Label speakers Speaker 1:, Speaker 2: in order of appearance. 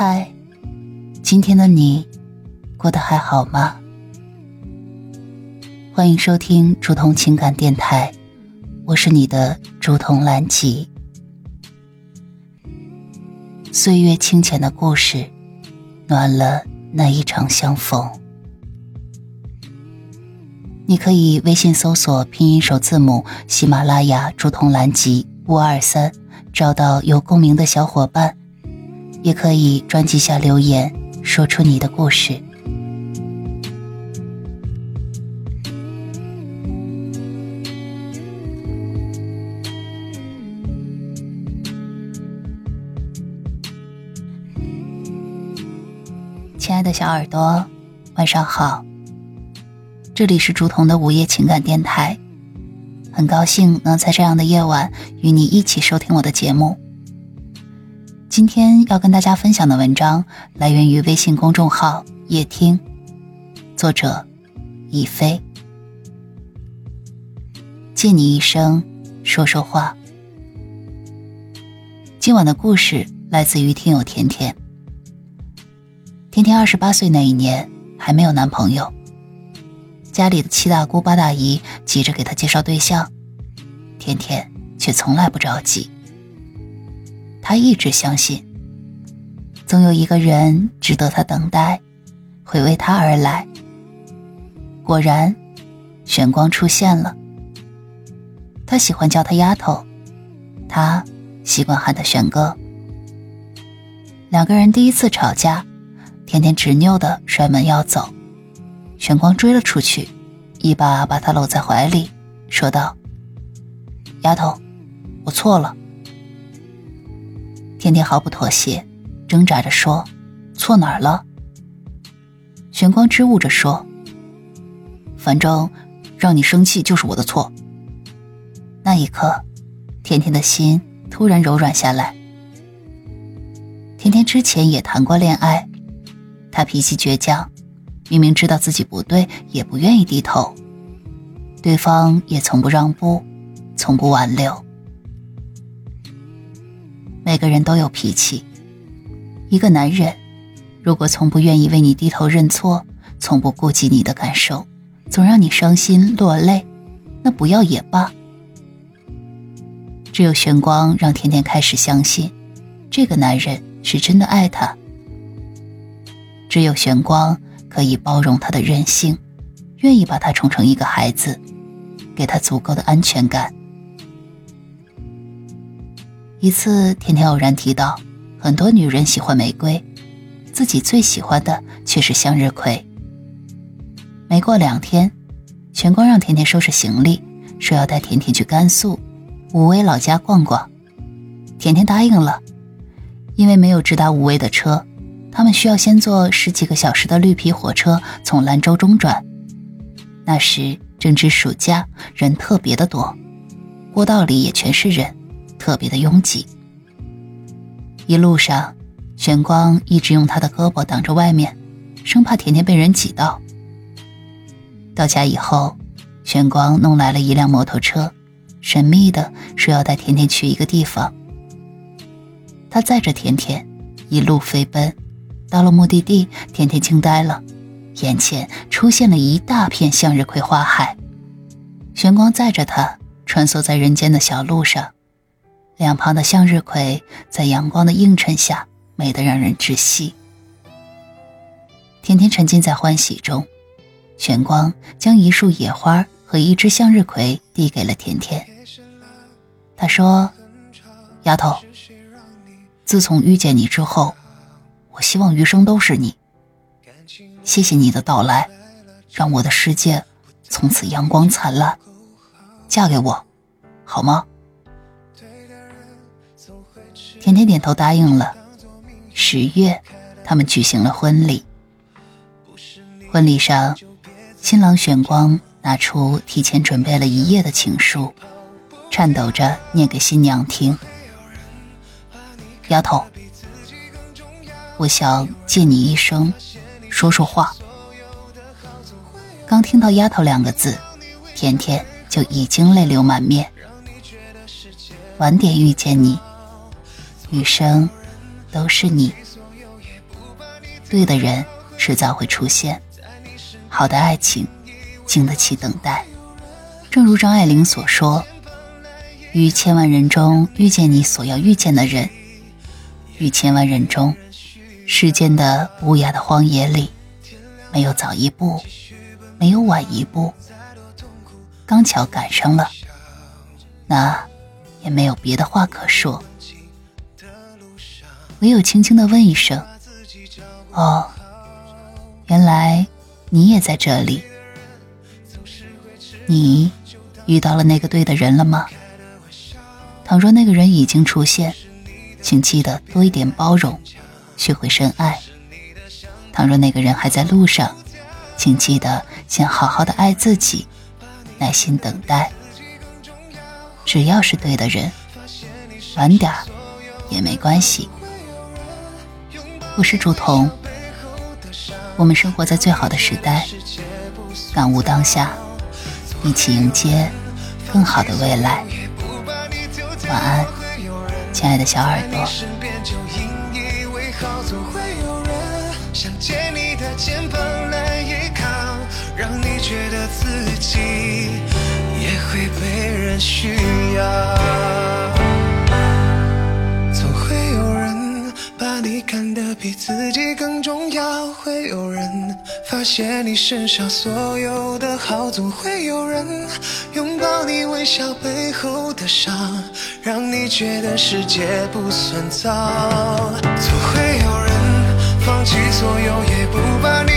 Speaker 1: 嗨，今天的你过得还好吗？欢迎收听竹筒情感电台，我是你的竹筒兰吉。岁月清浅的故事，暖了那一场相逢。你可以微信搜索拼音首字母喜马拉雅竹筒兰吉523，找到有共鸣的小伙伴，也可以专辑下留言，说出你的故事。亲爱的小耳朵，晚上好，这里是竹筒的午夜情感电台，很高兴能在这样的夜晚与你一起收听我的节目。今天要跟大家分享的文章来源于微信公众号夜听，作者亦菲。借你一生说说话。今晚的故事来自于听友甜甜。甜甜28岁那一年还没有男朋友，家里的7大姑8大姨急着给她介绍对象，甜甜却从来不着急。她一直相信，总有一个人值得她等待，会为她而来。果然，玄光出现了。她喜欢叫他丫头，他习惯喊他玄哥。两个人第一次吵架，甜甜执拗地摔门要走，玄光追了出去，一把把她搂在怀里，说道：丫头，我错了。甜甜毫不妥协，挣扎着说：错哪儿了？玄光支吾着说：反正让你生气就是我的错。那一刻，甜甜的心突然柔软下来。甜甜之前也谈过恋爱，她脾气倔强，明明知道自己不对，也不愿意低头，对方也从不让步，从不挽留。每个人都有脾气，一个男人如果从不愿意为你低头认错，从不顾及你的感受，总让你伤心落泪，那不要也罢。只有玄光让甜甜开始相信，这个男人是真的爱她。只有玄光可以包容她的任性，愿意把她宠成一个孩子，给她足够的安全感。一次，甜甜偶然提到，很多女人喜欢玫瑰，自己最喜欢的却是向日葵。没过2天，玄光让甜甜收拾行李，说要带甜甜去甘肃武威老家逛逛。甜甜答应了，因为没有直达武威的车，他们需要先坐10几个小时的绿皮火车从兰州中转。那时正值暑假，人特别的多，过道里也全是人，特别的拥挤。一路上，玄光一直用他的胳膊挡着外面，生怕甜甜被人挤到。到家以后，玄光弄来了一辆摩托车，神秘的说要带甜甜去一个地方。他载着甜甜一路飞奔，到了目的地，甜甜惊呆了，眼前出现了一大片向日葵花海。玄光载着他穿梭在人间的小路上，两旁的向日葵在阳光的映衬下美得让人窒息。甜甜沉浸在欢喜中，玄光将一束野花和一只向日葵递给了甜甜。他说：丫头，自从遇见你之后，我希望余生都是你。谢谢你的到来，让我的世界从此阳光灿烂。嫁给我，好吗？甜甜点头答应了。10月，他们举行了婚礼。婚礼上，新郎玄光拿出提前准备了1页的情书，颤抖着念给新娘听。丫头，我想借你一生说说话。刚听到丫头2个字，甜甜就已经泪流满面。晚点遇见你，余生都是你。 对的人迟早会出现。好的爱情经得起等待。正如张爱玲所说，于千万人中遇见你所要遇见的人，于千万人中，世间的无涯的荒野里，没有早一步，没有晚一步，刚巧赶上了，那也没有别的话可说，唯有轻轻地问一声，哦，原来你也在这里。你遇到了那个对的人了吗？倘若那个人已经出现，请记得多一点包容，学会深爱。倘若那个人还在路上，请记得先好好的爱自己，耐心等待。只要是对的人，晚点也没关系。我是竹筒，我们生活在最好的时代，感悟当下，一起迎接更好的未来。晚安，亲爱的小耳朵。想借你的肩膀来依靠，让你觉得自己也会被人需要。总会有人把你看得比自己更重要，会有人发现你身上所有的好，总会有人拥抱你微笑背后的伤，让你觉得世界不算糟。总会有人放弃所有，也不把你